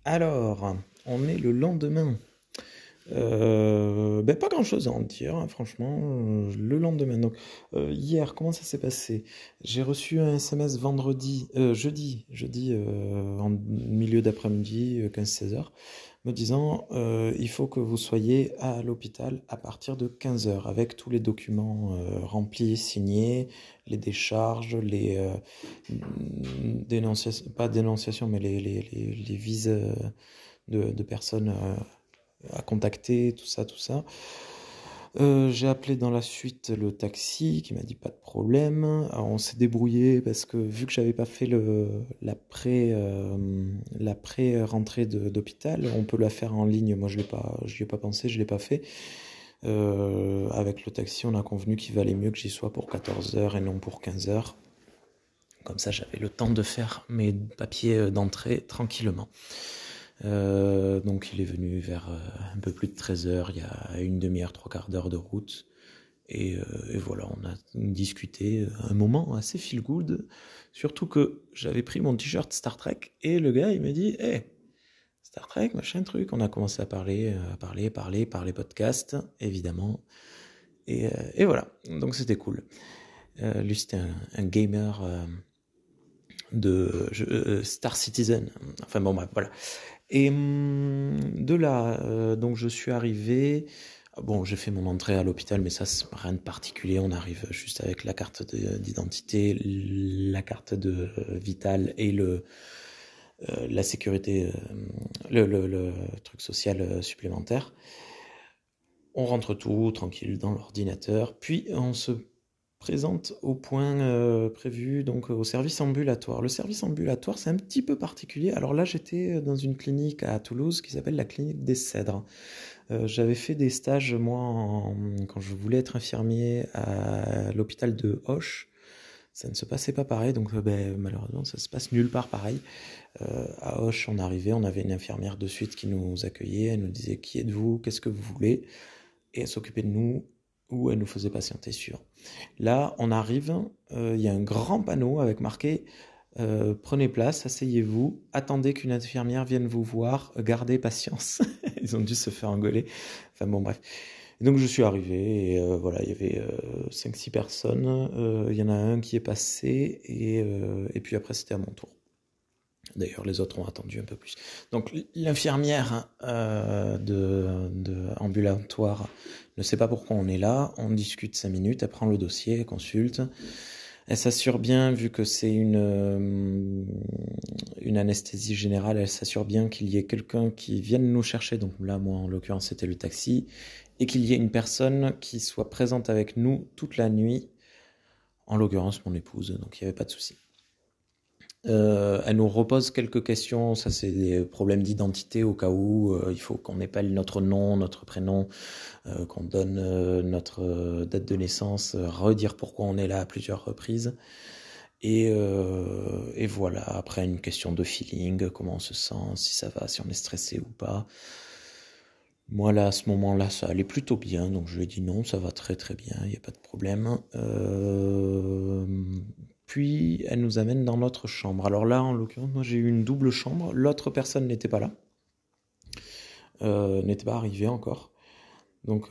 Alors, on est le lendemain. Pas grand-chose à en dire, hein, franchement. Le lendemain. Donc, hier, comment ça s'est passé? J'ai reçu un SMS jeudi, en milieu d'après-midi, 15-16 heures, me disant il faut que vous soyez à l'hôpital à partir de 15 heures avec tous les documents remplis, signés, les décharges, les dénonciations, pas dénonciations, mais les vises de personnes à contacter, tout ça, tout ça. J'ai appelé dans la suite le taxi qui m'a dit pas de problème. Alors, on s'est débrouillé parce que vu que j'avais pas fait la pré-rentrée d'hôpital, on peut la faire en ligne. Moi je l'ai pas pensé, je l'ai pas fait. Avec le taxi, on a convenu qu'il valait mieux que j'y sois pour 14 heures et non pour 15 heures. Comme ça, j'avais le temps de faire mes papiers d'entrée tranquillement. Donc il est venu vers un peu plus de 13 heures, il y a une demi-heure, trois quarts d'heure de route. Et voilà, on a discuté un moment assez feel good. Surtout que j'avais pris mon t-shirt Star Trek et le gars il m'a dit hey, Star Trek, machin truc. On a commencé à parler podcast, évidemment. Et voilà, donc c'était cool. Lui c'était un gamer de Star Citizen. Enfin bon, bref, voilà. Et de là, donc je suis arrivé. Bon, j'ai fait mon entrée à l'hôpital, mais ça, c'est rien de particulier. On arrive juste avec la carte d'identité, la carte de vitale et la sécurité, le truc social supplémentaire. On rentre tout tranquille dans l'ordinateur, puis on se présente au point prévu, donc au service ambulatoire. Le service ambulatoire, c'est un petit peu particulier. Alors là, j'étais dans une clinique à Toulouse qui s'appelle la clinique des Cèdres. J'avais fait des stages, moi, quand je voulais être infirmier à l'hôpital de Auch. Ça ne se passait pas pareil, donc malheureusement, ça se passe nulle part pareil. À Auch, on arrivait, on avait une infirmière de suite qui nous accueillait, elle nous disait qui êtes-vous, qu'est-ce que vous voulez, et elle s'occupait de nous, ou elle nous faisait patienter sur. Là, on arrive, il y a un grand panneau avec marqué prenez place, asseyez-vous, attendez qu'une infirmière vienne vous voir, gardez patience. Ils ont dû se faire engueuler. Enfin bon, bref. Et donc je suis arrivé et voilà, il y avait 5-6 personnes. Il y en a un qui est passé et puis après c'était à mon tour. D'ailleurs, les autres ont attendu un peu plus. Donc, l'infirmière de ambulatoire ne sait pas pourquoi on est là. On discute 5 minutes, elle prend le dossier, elle consulte. Elle s'assure bien, vu que c'est une anesthésie générale, elle s'assure bien qu'il y ait quelqu'un qui vienne nous chercher. Donc là, moi, en l'occurrence, c'était le taxi. Et qu'il y ait une personne qui soit présente avec nous toute la nuit. En l'occurrence, mon épouse. Donc, il n'y avait pas de souci. Elle nous repose quelques questions, ça c'est des problèmes d'identité au cas où il faut qu'on épelle notre nom, notre prénom, qu'on donne notre date de naissance, redire pourquoi on est là à plusieurs reprises. Et voilà, après une question de feeling, comment on se sent, si ça va, si on est stressé ou pas. Moi là, à ce moment-là, ça allait plutôt bien, donc je lui ai dit non, ça va très très bien, il n'y a pas de problème. Puis elle nous amène dans notre chambre. Alors là, en l'occurrence, moi j'ai eu une double chambre. L'autre personne n'était pas là, n'était pas arrivée encore. Donc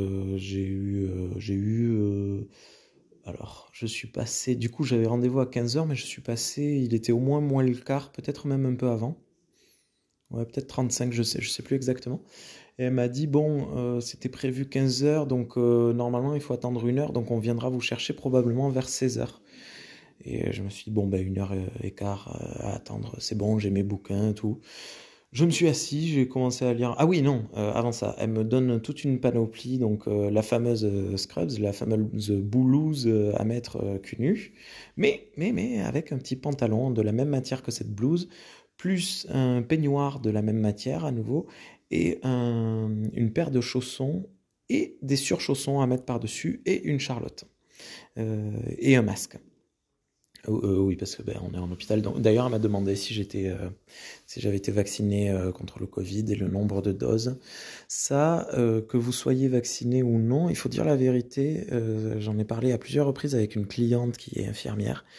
alors, je suis passé. Du coup, j'avais rendez-vous à 15 heures, mais je suis passé. Il était au moins le quart, peut-être même un peu avant. Ouais, peut-être 35, je sais plus exactement. Et elle m'a dit, bon, c'était prévu 15 heures, donc normalement il faut attendre 1 heure, donc on viendra vous chercher probablement vers 16 heures. Et je me suis dit, bon, 1 heure et quart à attendre, c'est bon, j'ai mes bouquins et tout. Je me suis assis, j'ai commencé à lire. Ah oui, non, avant ça, elle me donne toute une panoplie, donc la fameuse Scrubs, la fameuse blouse à mettre cul nu, mais avec un petit pantalon de la même matière que cette blouse, plus un peignoir de la même matière à nouveau, et une paire de chaussons, et des surchaussons à mettre par-dessus, et une charlotte, et un masque. Oui, parce que on est en hôpital. D'ailleurs, elle m'a demandé si j'avais été vacciné contre le Covid et le nombre de doses. Ça, que vous soyez vacciné ou non, il faut dire la vérité. J'en ai parlé à plusieurs reprises avec une cliente qui est infirmière.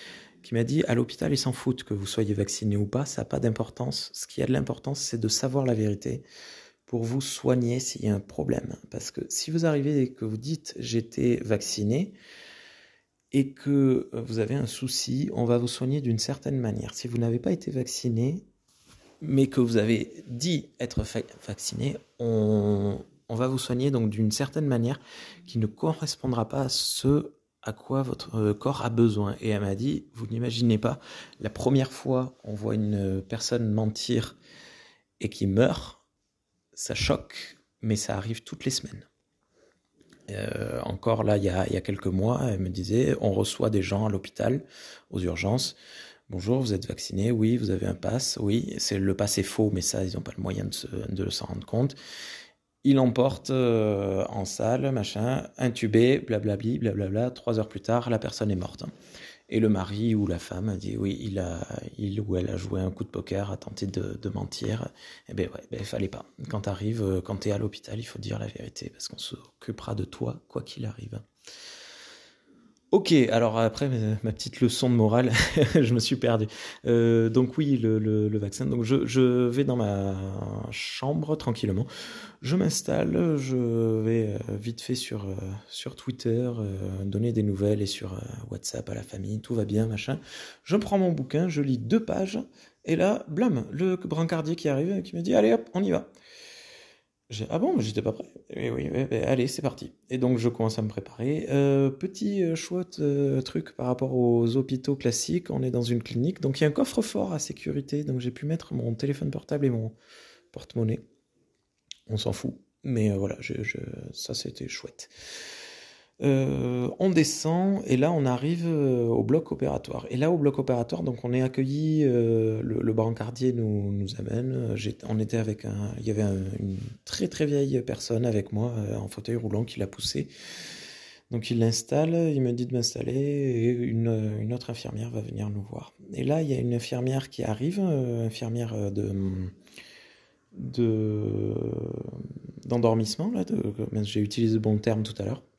qui m'a dit, à l'hôpital, ils s'en foutent que vous soyez vacciné ou pas, ça n'a pas d'importance. Ce qui a de l'importance, c'est de savoir la vérité pour vous soigner s'il y a un problème. Parce que si vous arrivez et que vous dites, j'étais vacciné, et que vous avez un souci, on va vous soigner d'une certaine manière. Si vous n'avez pas été vacciné, mais que vous avez dit être vacciné, on va vous soigner donc d'une certaine manière qui ne correspondra pas à ce à quoi votre corps a besoin. Et elle m'a dit, vous n'imaginez pas, la première fois on voit une personne mentir et qui meurt, ça choque, mais ça arrive toutes les semaines. Encore là, il y a quelques mois, elle me disait, on reçoit des gens à l'hôpital, aux urgences. Bonjour, vous êtes vacciné? Oui, vous avez un pass? Oui, le pass est faux, mais ça, ils n'ont pas le moyen de s'en rendre compte. Ils l'emportent en salle, machin, intubé, blablabli, blablabla. 3 heures plus tard, la personne est morte. Et le mari ou la femme a dit, oui, il ou elle a joué un coup de poker, a tenté de mentir. Eh ben ouais, il fallait pas. Quand t'es à l'hôpital, il faut dire la vérité, parce qu'on s'occupera de toi, quoi qu'il arrive. Ok, alors après ma petite leçon de morale, je me suis perdu. Donc oui, le vaccin. Donc je vais dans ma chambre tranquillement. Je m'installe, je vais vite fait sur Twitter, donner des nouvelles et sur WhatsApp à la famille, tout va bien, machin. Je prends mon bouquin, je lis 2 pages, et là, blam, le brancardier qui arrive, qui me dit, allez hop, on y va. Ah bon, mais j'étais pas prêt. Et oui, allez, c'est parti. Et donc je commence à me préparer. Petit chouette truc par rapport aux hôpitaux classiques, on est dans une clinique, donc il y a un coffre-fort à sécurité, donc j'ai pu mettre mon téléphone portable et mon porte-monnaie. On s'en fout, mais voilà, ça c'était chouette. On descend et là on arrive au bloc opératoire. Et là au bloc opératoire, donc on est accueilli, le brancardier nous amène. On était avec il y avait une très très vieille personne avec moi en fauteuil roulant qui l'a poussé. Donc il l'installe, il me dit de m'installer et une autre infirmière va venir nous voir. Et là il y a une infirmière qui arrive, infirmière d'endormissement là. J'ai utilisé le bon terme tout à l'heure.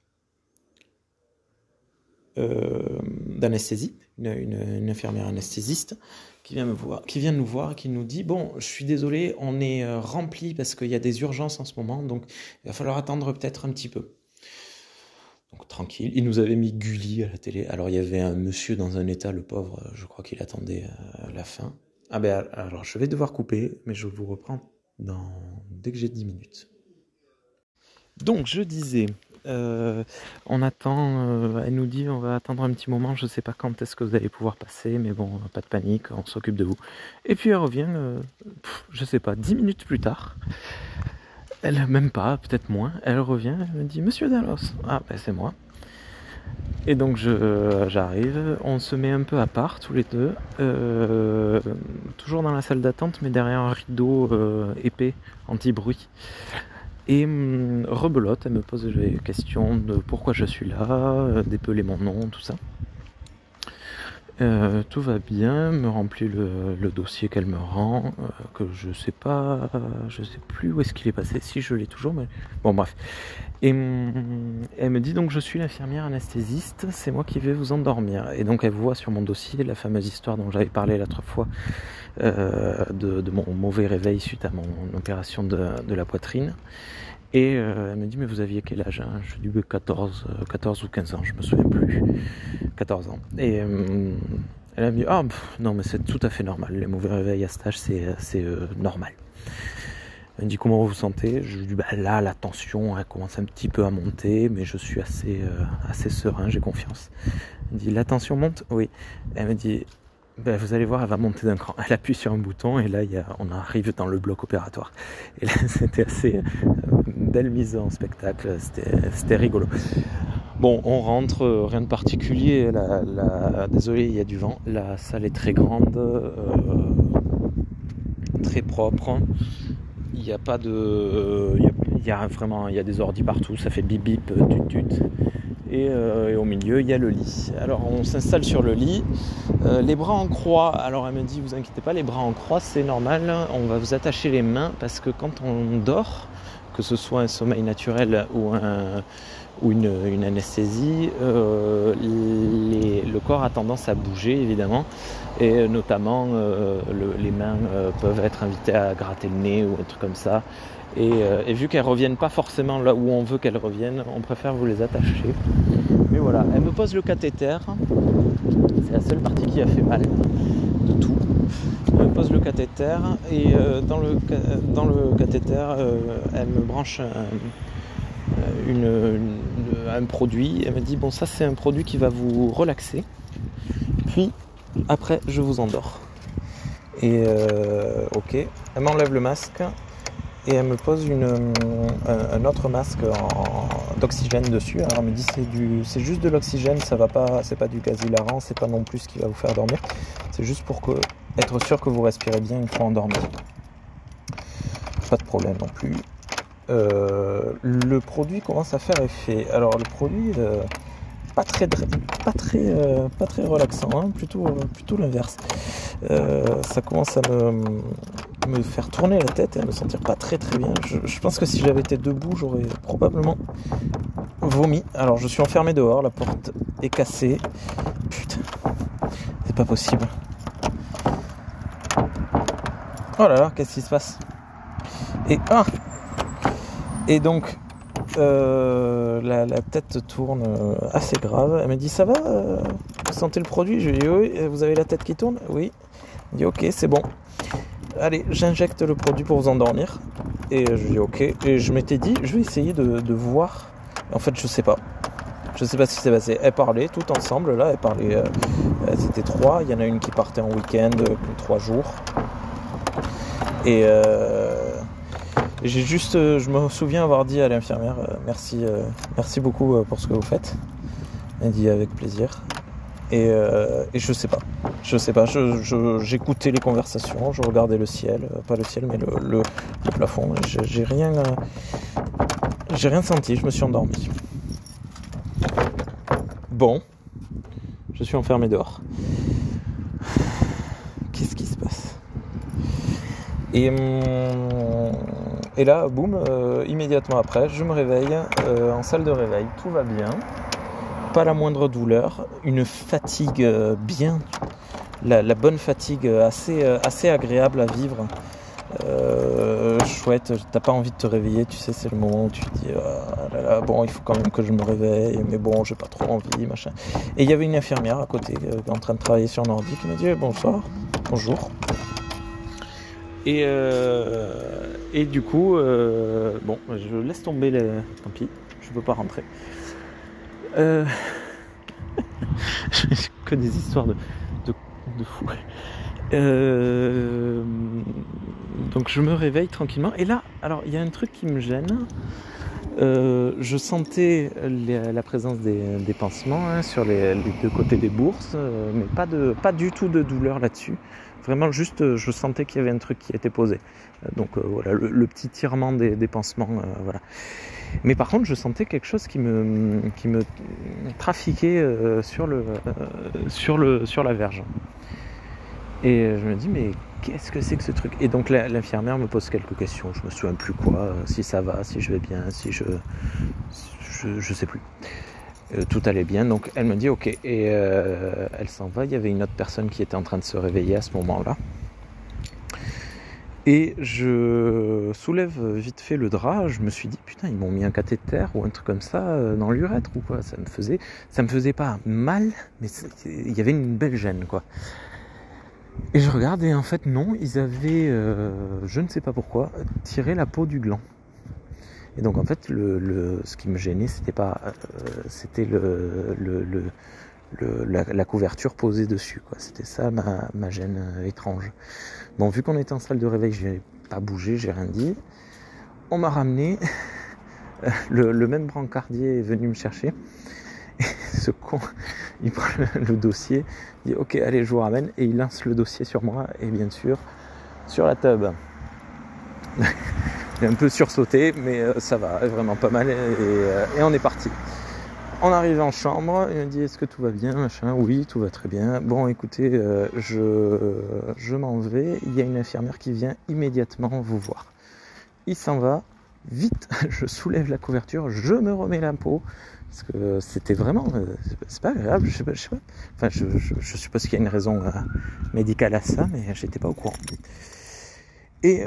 D'anesthésie, une infirmière anesthésiste qui vient nous voir et qui nous dit, bon, je suis désolé, on est rempli parce qu'il y a des urgences en ce moment, donc il va falloir attendre peut-être un petit peu. Donc tranquille, il nous avait mis Gulli à la télé. Alors il y avait un monsieur dans un état, le pauvre, je crois qu'il attendait la fin. Ah ben alors je vais devoir couper, mais je vous reprends dès que j'ai 10 minutes. Donc je disais, on attend, elle nous dit on va attendre un petit moment, je sais pas quand est-ce que vous allez pouvoir passer, mais bon, pas de panique, on s'occupe de vous. Et puis elle revient, je sais pas, 10 minutes plus tard, elle, même pas, peut-être moins, elle revient, elle me dit, Monsieur Dallos, ah ben c'est moi. Et donc j'arrive, on se met un peu à part tous les deux, toujours dans la salle d'attente, mais derrière un rideau épais, anti-bruit. Et rebelote, elle me pose des questions de pourquoi je suis là, d'épeler mon nom, tout ça. Tout va bien, me remplit le dossier qu'elle me rend, que je sais plus où est-ce qu'il est passé, si je l'ai toujours, mais bon bref. Et elle me dit donc je suis l'infirmière anesthésiste, c'est moi qui vais vous endormir. Et donc elle voit sur mon dossier la fameuse histoire dont j'avais parlé l'autre fois, de mon mauvais réveil suite à mon opération de la poitrine. Et elle me dit, mais vous aviez quel âge hein? Je dis 14 ou 15 ans, je me souviens plus. 14 ans. Et elle a dit, non mais c'est tout à fait normal, les mauvais réveils à cet âge c'est normal. Elle me dit, comment vous vous sentez? Je lui dis, là la tension elle commence un petit peu à monter, mais je suis assez serein, j'ai confiance. Elle me dit, la tension monte? Oui. Elle me dit, vous allez voir, elle va monter d'un cran. Elle appuie sur un bouton et là, on arrive dans le bloc opératoire. Et là, c'était assez belle mise en spectacle. C'était rigolo. Bon, on rentre, rien de particulier. Désolé, il y a du vent. La salle est très grande, très propre. Il n'y a pas de... Il y a des ordis partout. Ça fait bip bip, tut tut. Et au milieu il y a le lit. Alors on s'installe sur le lit, les bras en croix. Alors elle me dit, vous inquiétez pas, les bras en croix c'est normal, on va vous attacher les mains parce que quand on dort, que ce soit un sommeil naturel ou une anesthésie, le corps a tendance à bouger évidemment, et notamment les mains peuvent être invitées à gratter le nez ou un truc comme ça. Et vu qu'elles reviennent pas forcément là où on veut qu'elles reviennent, on préfère vous les attacher. Mais voilà, elle me pose le cathéter. C'est la seule partie qui a fait mal de tout. Elle me pose le cathéter et dans le cathéter, elle me branche un produit. Elle me dit bon, ça c'est un produit qui va vous relaxer. Puis après je vous endors. Et ok, elle m'enlève le masque et elle me pose un autre masque d'oxygène dessus. Alors elle me dit c'est juste de l'oxygène, ça va pas, c'est pas du gaz hilarant, c'est pas non plus ce qui va vous faire dormir. C'est juste pour être sûr que vous respirez bien une fois endormi. Pas de problème non plus. Le produit commence à faire effet. Alors le produit pas très relaxant, hein, plutôt l'inverse. Ça commence à me faire tourner la tête et à me sentir pas très bien. Je pense que si j'avais été debout, j'aurais probablement vomi. Alors je suis enfermé dehors, la porte est cassée. Putain, c'est pas possible. Oh là là, qu'est-ce qui se passe? Et donc la tête tourne assez grave. Elle me dit ça va, vous sentez le produit? Je lui dis oui. Vous avez la tête qui tourne? Oui. Elle me dit ok, c'est bon. Allez, j'injecte le produit pour vous endormir. Et je lui dis ok. Et je m'étais dit je vais essayer de voir. En fait je sais pas ce qui s'est passé. Elles parlaient toutes ensemble là. Elles parlaient. Elles étaient 3. Il y en a une qui partait en week-end 3 jours. Et je me souviens avoir dit à l'infirmière merci beaucoup pour ce que vous faites. Elle dit avec plaisir. Et je sais pas, j'écoutais les conversations, je regardais le ciel, pas le ciel mais le plafond. J'ai rien senti, je me suis endormi. Bon, je suis enfermé dehors. Qu'est-ce qui se passe? Et là, boum, immédiatement après, je me réveille en salle de réveil, tout va bien, pas la moindre douleur, une fatigue bien, la bonne fatigue assez agréable à vivre, chouette, t'as pas envie de te réveiller, tu sais, c'est le moment où tu te dis ah là là, bon, il faut quand même que je me réveille, mais bon, j'ai pas trop envie, machin. Et il y avait une infirmière à côté en train de travailler sur un ordi qui m'a dit bonjour. Et du coup, bon, je laisse tomber tant pis, je peux pas rentrer. J'ai que des histoires de fous. Donc je me réveille tranquillement. Et là, alors il y a un truc qui me gêne. Je sentais la présence des pansements hein, sur les deux côtés des bourses, mais pas du tout de douleur là-dessus. Vraiment juste, je sentais qu'il y avait un truc qui était posé. Donc voilà, le petit tirement des pansements, voilà. Mais par contre, je sentais quelque chose qui me trafiquait sur la verge. Et je me dis, mais qu'est-ce que c'est que ce truc? Et donc l'infirmière me pose quelques questions. Je me souviens plus quoi, si ça va, si je vais bien, si je sais plus. Tout allait bien, donc elle me dit ok. Et elle s'en va. Il y avait une autre personne qui était en train de se réveiller à ce moment-là. Et je soulève vite fait le drap, je me suis dit putain ils m'ont mis un cathéter ou un truc comme ça dans l'urètre ou quoi, ça me faisait pas mal, mais il y avait une belle gêne quoi. Et je regarde et en fait non, ils avaient, je ne sais pas pourquoi, tiré la peau du gland. Et donc en fait ce qui me gênait c'était la couverture posée dessus quoi. C'était ça ma gêne étrange. Bon, vu qu'on était en salle de réveil, j'ai pas bougé, j'ai rien dit. On m'a ramené. Le même brancardier est venu me chercher. Et ce con, il prend le dossier, il dit ok, allez, je vous ramène. Et il lance le dossier sur moi et bien sûr sur la tub. J'ai un peu sursauté, mais ça va, vraiment pas mal. Et on est parti. On arrive en chambre, il me dit est-ce que tout va bien, machin. Oui, tout va très bien. Bon, écoutez, je m'en vais. Il y a une infirmière qui vient immédiatement vous voir. Il s'en va vite, je soulève la couverture, je me remets la peau, parce que c'était vraiment, c'est pas agréable, je sais pas, enfin je suppose qu'il y a une raison médicale à ça, mais j'étais pas au courant. Et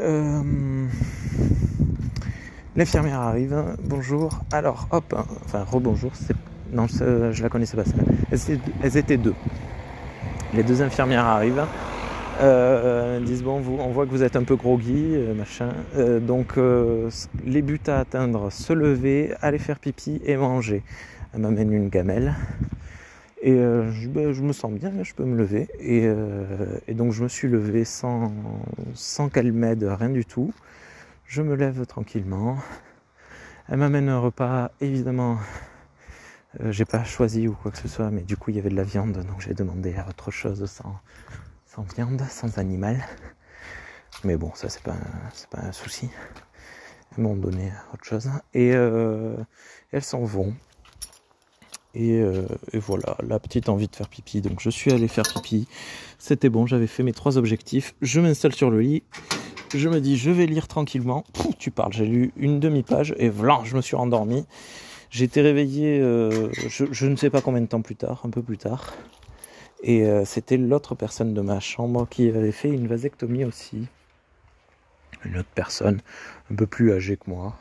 l'infirmière arrive, bonjour, alors hop, enfin rebonjour, non je la connaissais pas celle-là, elles étaient deux. Les deux infirmières arrivent, disent bon, on voit que vous êtes un peu groggy, machin. Donc les buts à atteindre, se lever, aller faire pipi et manger. Elle m'amène une gamelle et je me sens bien, je peux me lever. Et donc je me suis levé sans qu'elle m'aide, rien du tout. Je me lève tranquillement. Elle m'amène un repas, évidemment. J'ai pas choisi ou quoi que ce soit, mais du coup il y avait de la viande, donc j'ai demandé autre chose sans viande, sans animal. Mais bon, ça c'est pas un souci. Elles m'ont donné autre chose. Et elles s'en vont. Et voilà, la petite envie de faire pipi. Donc je suis allé faire pipi. C'était bon, j'avais fait mes 3 objectifs. Je m'installe sur le lit. Je me dis, je vais lire tranquillement. Tu parles, j'ai lu une demi-page et voilà, je me suis endormi. J'ai été réveillé, je ne sais pas combien de temps plus tard, un peu plus tard. Et c'était l'autre personne de ma chambre qui avait fait une vasectomie aussi. Une autre personne, un peu plus âgée que moi.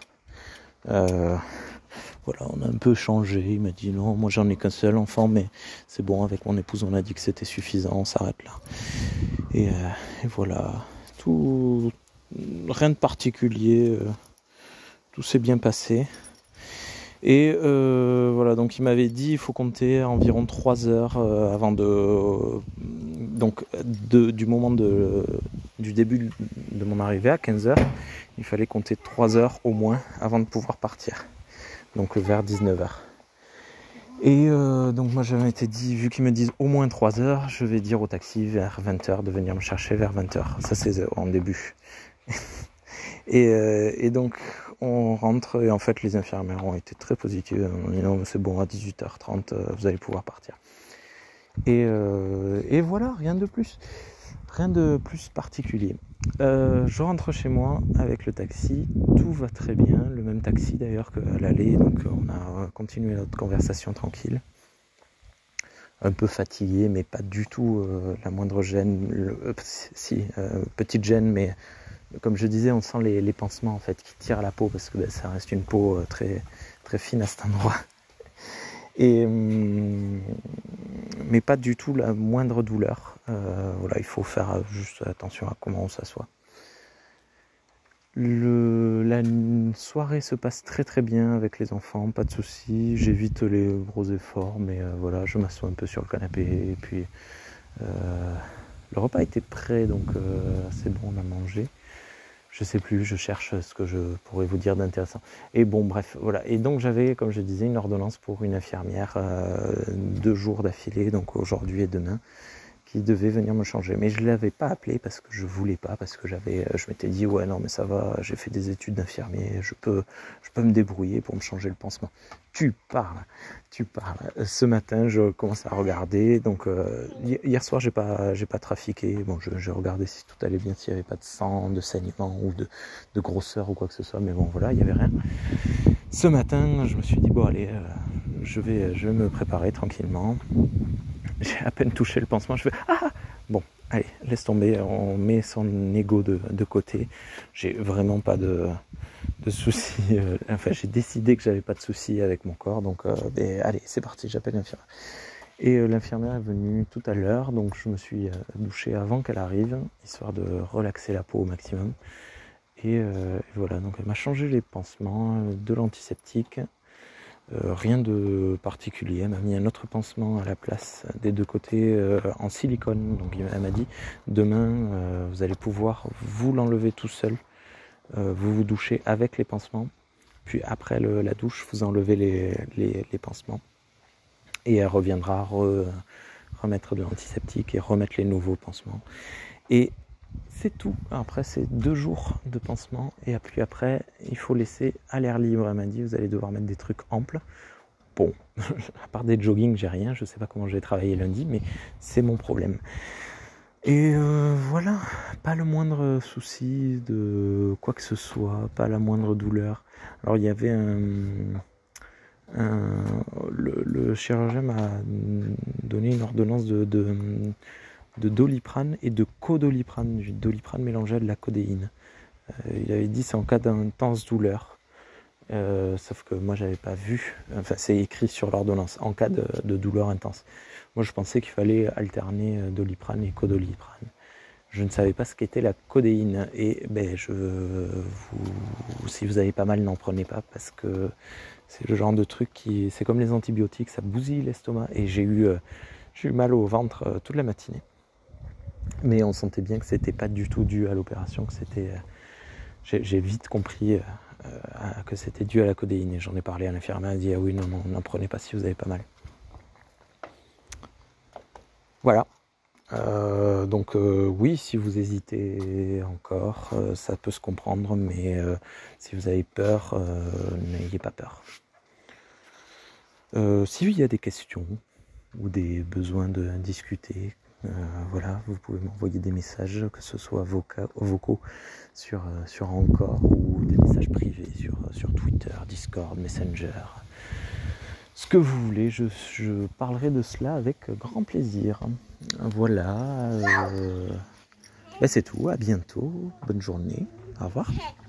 Voilà, on a un peu changé. Il m'a dit non, moi j'en ai qu'un seul enfant, mais c'est bon, avec mon épouse on a dit que c'était suffisant, on s'arrête là. Et voilà, tout, rien de particulier, tout s'est bien passé. Et voilà, donc il m'avait dit il faut compter environ 3 heures avant du moment du début de mon arrivée à 15 heures, il fallait compter 3 heures au moins avant de pouvoir partir. Donc vers 19 heures. Et donc moi j'avais été dit, vu qu'ils me disent au moins 3 heures, je vais dire au taxi vers 20 heures de venir me chercher vers 20 heures. Ça c'est en début. Et donc on rentre et en fait les infirmières ont été très positives. On dit non c'est bon, à 18h30 vous allez pouvoir partir. Et voilà, rien de plus particulier. Je rentre chez moi avec le taxi, tout va très bien, le même taxi d'ailleurs qu'à l'aller, donc on a continué notre conversation tranquille. Un peu fatigué, mais pas du tout la moindre gêne, petite gêne, mais comme je disais, on sent les pansements en fait qui tirent la peau parce que ça reste une peau très, très fine à cet endroit. Mais pas du tout la moindre douleur. Voilà, il faut faire juste attention à comment on s'assoit. La soirée se passe très très bien avec les enfants, pas de soucis. J'évite les gros efforts, mais voilà, je m'assois un peu sur le canapé et puis le repas était prêt, donc c'est bon, on a mangé. Je sais plus, je cherche ce que je pourrais vous dire d'intéressant. Et bon, bref, voilà. Et donc j'avais, comme je disais, une ordonnance pour une infirmière 2 jours d'affilée, donc aujourd'hui et demain, qui devait venir me changer. Mais je ne l'avais pas appelé parce que je voulais pas, parce que je m'étais dit, ouais, non, mais ça va, j'ai fait des études d'infirmier, je peux me débrouiller pour me changer le pansement. Tu parles. Ce matin, je commence à regarder. Donc, hier soir, j'ai pas trafiqué. Bon, je regardais si tout allait bien, s'il n'y avait pas de sang, de saignement ou de grosseur ou quoi que ce soit. Mais bon, voilà, il n'y avait rien. Ce matin, je me suis dit, bon, allez, je vais me préparer tranquillement. J'ai à peine touché le pansement, je fais ah bon, allez, laisse tomber, on met son ego de côté. J'ai vraiment pas de soucis. Enfin, j'ai décidé que j'avais pas de soucis avec mon corps, donc allez, c'est parti, j'appelle l'infirmière. Et l'infirmière est venue tout à l'heure, donc je me suis douché avant qu'elle arrive, histoire de relaxer la peau au maximum. Et voilà, donc elle m'a changé les pansements, de l'antiseptique. Rien de particulier, elle m'a mis un autre pansement à la place des 2 côtés en silicone. Donc elle m'a dit demain vous allez pouvoir vous l'enlever tout seul, vous douchez avec les pansements, puis après la douche vous enlevez les pansements et elle reviendra remettre de l'antiseptique et remettre les nouveaux pansements. Et c'est tout. Après, c'est 2 jours de pansement. Et puis après, il faut laisser à l'air libre. Elle m'a dit, vous allez devoir mettre des trucs amples. Bon, à part des joggings, j'ai rien. Je sais pas comment je vais travailler lundi, mais c'est mon problème. Et voilà, pas le moindre souci de quoi que ce soit, pas la moindre douleur. Alors il y avait le chirurgien m'a donné une ordonnance de Doliprane et de Codoliprane, du Doliprane mélangé à de la codéine. Il avait dit c'est en cas d'intense douleur. Sauf que moi j'avais pas vu, enfin c'est écrit sur l'ordonnance, en cas de douleur intense. Moi je pensais qu'il fallait alterner Doliprane et Codoliprane. Je ne savais pas ce qu'était la codéine et si vous avez pas mal, n'en prenez pas parce que c'est le genre de truc c'est comme les antibiotiques, ça bousille l'estomac et j'ai eu mal au ventre toute la matinée. Mais on sentait bien que c'était pas du tout dû à l'opération, que c'était, j'ai vite compris que c'était dû à la codéine et j'en ai parlé à l'infirmière, elle a dit ah oui non, n'en prenez pas si vous avez pas mal. Voilà. Donc oui, si vous hésitez encore, ça peut se comprendre, mais si vous avez peur, n'ayez pas peur. S'il y a des questions ou des besoins de discuter, voilà, vous pouvez m'envoyer des messages, que ce soit vocaux sur Anchor ou des messages privés sur Twitter, Discord, Messenger. Ce que vous voulez, je parlerai de cela avec grand plaisir. Voilà, c'est tout, à bientôt, bonne journée, au revoir.